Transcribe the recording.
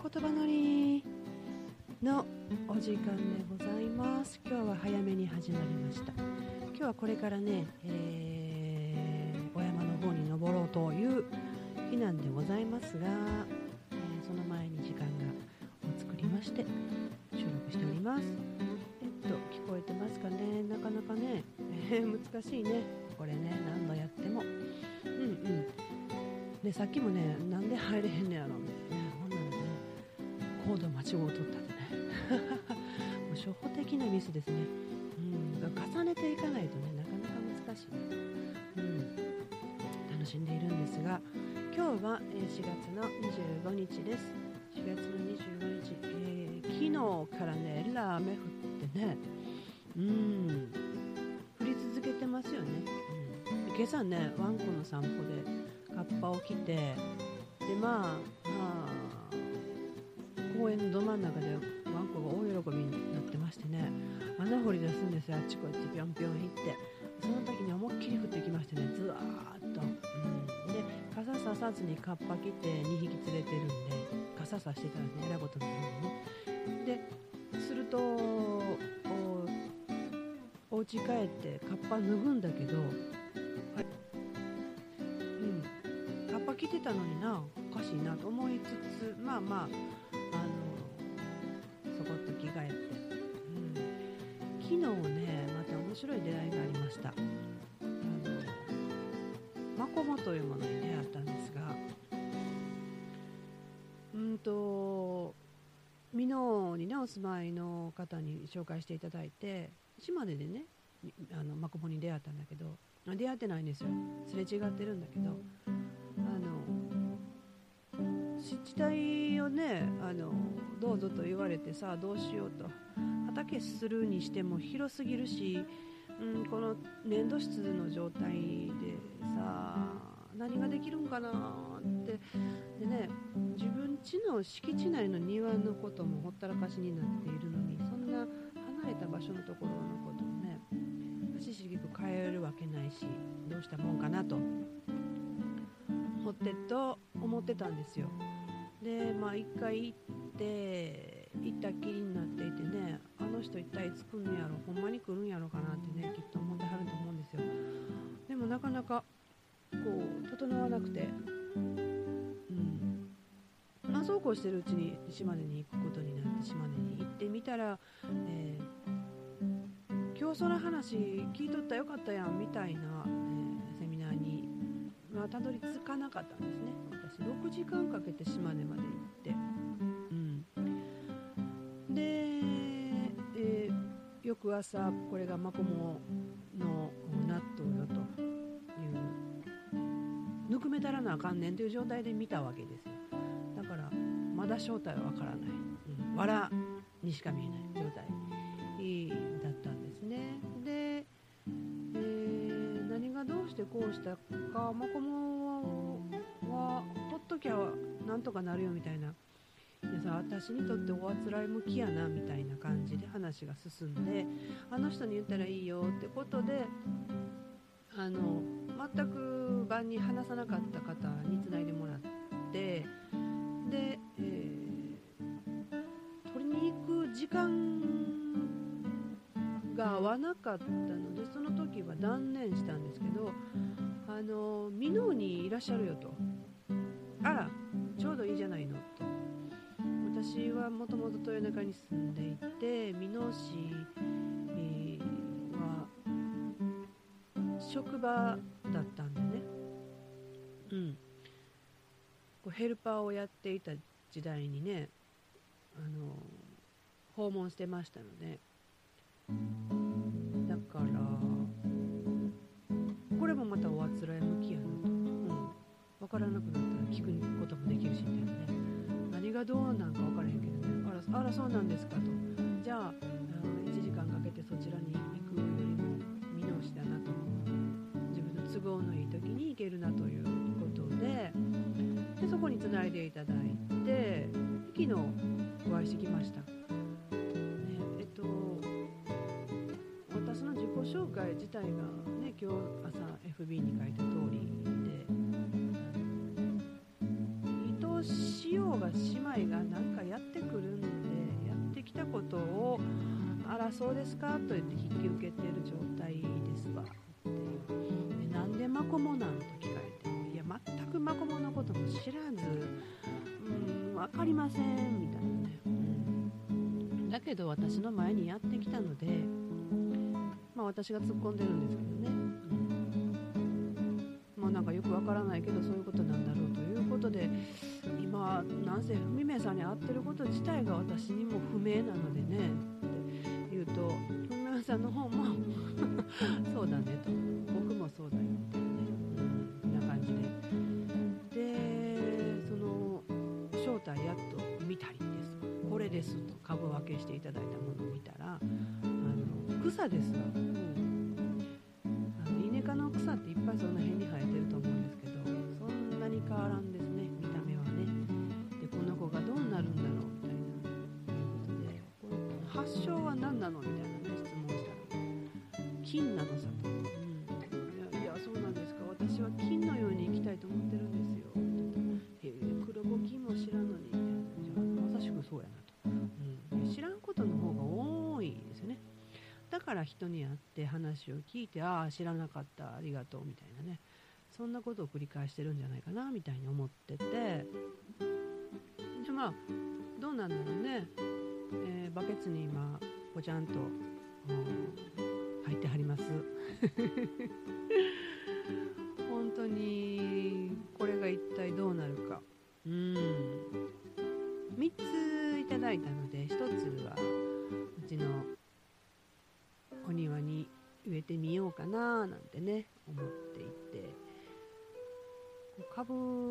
言葉のりのお時間でございます。今日は早めに始まりました。今日はこれからね、お山の方に登ろうという日なんでございますが、その前に時間がを作りまして収録しております。聞こえてますかね。なかなかね、難しいねこれね、何度やってもで、さっきもね、なんで入れへんねやろね、ほんならね、コード間違うとったでねもう初歩的なミスですね。重ねていかないとね、なかなか難しいね。楽しんでいるんですが、今日は4月の25日です。4月の25日、昨日からね、えらい雨降ってね、降り続けてますよね。今朝ね、ワンコの散歩でカッパを着て、で公園のど真ん中でワンコが大喜びになってましてね、穴掘り出すんですよ、あっちこっちぴょんぴょん行って。その時に思いっきり降ってきましてね、ずわーっと、で傘ささずにカッパ着て2匹連れてるんで、傘さしてたらね、えらいことになるのね。でするとお家帰ってカッパ脱ぐんだけど、カッパ着てたのにな、おかしいなと思いつつ、そこっと着替えて、昨日ね、また面白い出会いがありました。マコモというものに出会ったんですが、美濃にねお住まいの方に紹介していただいて、島根でね、マコモに出会ったんだけど、出会ってないんですよ、すれ違ってるんだけど、湿地帯をね、どうぞと言われてさ、どうしようと、畑するにしても広すぎるし、この粘土質の状態でさ、何ができるんかなってでね、自分家の敷地内の庭のこともほったらかしになっているのに、そんな離れた場所のところのことをね、足しげく変えるわけないし、どうしたもんかなと思ってたんですよ。で、一回行ったっきりになっていてね、あの人一体いつ来んのやろ、ほんまに来るんやろかなってね、きっと思ってはると思うんですよ。でもなかなかこう整わなくて、そうこうしてるうちに島根に行くことになって、島根に行ってみたら、今日その話聞いとったらよかったやんみたいな、セミナーにたどり着かなかったんですね。私6時間かけて島根まで行って、で、翌朝、これがマコモの納豆よという、ぬくめたらなあかんねんという状態で見たわけですよ。だからまだ正体はわからない、藁にしか見えない状態だったんですね。で、何がどうしてこうしたか、マコモはほっときゃなんとかなるよみたいな、私にとっておあつらい向きやなみたいな感じで話が進んで、あの人に言ったらいいよってことで、全く晩に話さなかった方につないでもらって、で、取りに行く時間が合わなかったので、その時は断念したんですけど、美濃にいらっしゃるよと、あらちょうどいいじゃないのと。私はもともと豊中に住んでいて、美濃市は職場だったんでね、ヘルパーをやっていた時代にね、訪問してましたので、だからこれもまたおあつらい向きやなと、分からなくなったら聞くこともできるしみたいなね、何がどうなんか分からへんけどね、あらそうなんですかと、じゃあ1時間かけてそちらに行くよりも美濃市だなと、自分の都合のいい時に行けるなということで、そこにつないでいただいて、昨日お会いしてきました。私の自己紹介自体がね、今日朝 FB に書いた通りで、愛しようが姉妹が何かやってくるんで、やってきたことをあらそうですかと言って引き受けている状態ですわっていう。で、なんでマコモなんと聞かれても、いや全くマコモのことも知らず、分かりませんみたいなね、だけど私の前にやってきたので、私が突っ込んでるんですけどね、なんかよくわからないけどそういうことなんだろうということで、今なんせ文明さんに会ってること自体が私にも不明なのでねって言うと、文明さんの方もそうだねと、僕もそうだよみたいなね、こんな感じで、その正体やっと見たりです、これですと株分けしていただいたものを見たら、草ですわ、イネ科の草っていっぱいその辺に生えてると思うんですけど、そんなに変わらんですね、見た目はね。で、この子がどうなるんだろうみたいなことで、この発症は何なのみたいなね、質問したら、金なのさと、いやそうなんですか、私は金のように生きたいと思ってるんですよって言ったら、黒子金も知らんのにみたいな、じゃあまさしくそうやなと、知らんことの方が多いですよね。だから人に会って話を聞いて、ああ知らなかった、ありがとうみたいなね、そんなことを繰り返してるんじゃないかなみたいに思ってて、でどうなんだろうね、バケツに今ぽちゃんと、入ってはります本当にこれが一体どうなるか。3ついただいたので、1つはうちのお庭に植えてみようかななんてね思っていて、株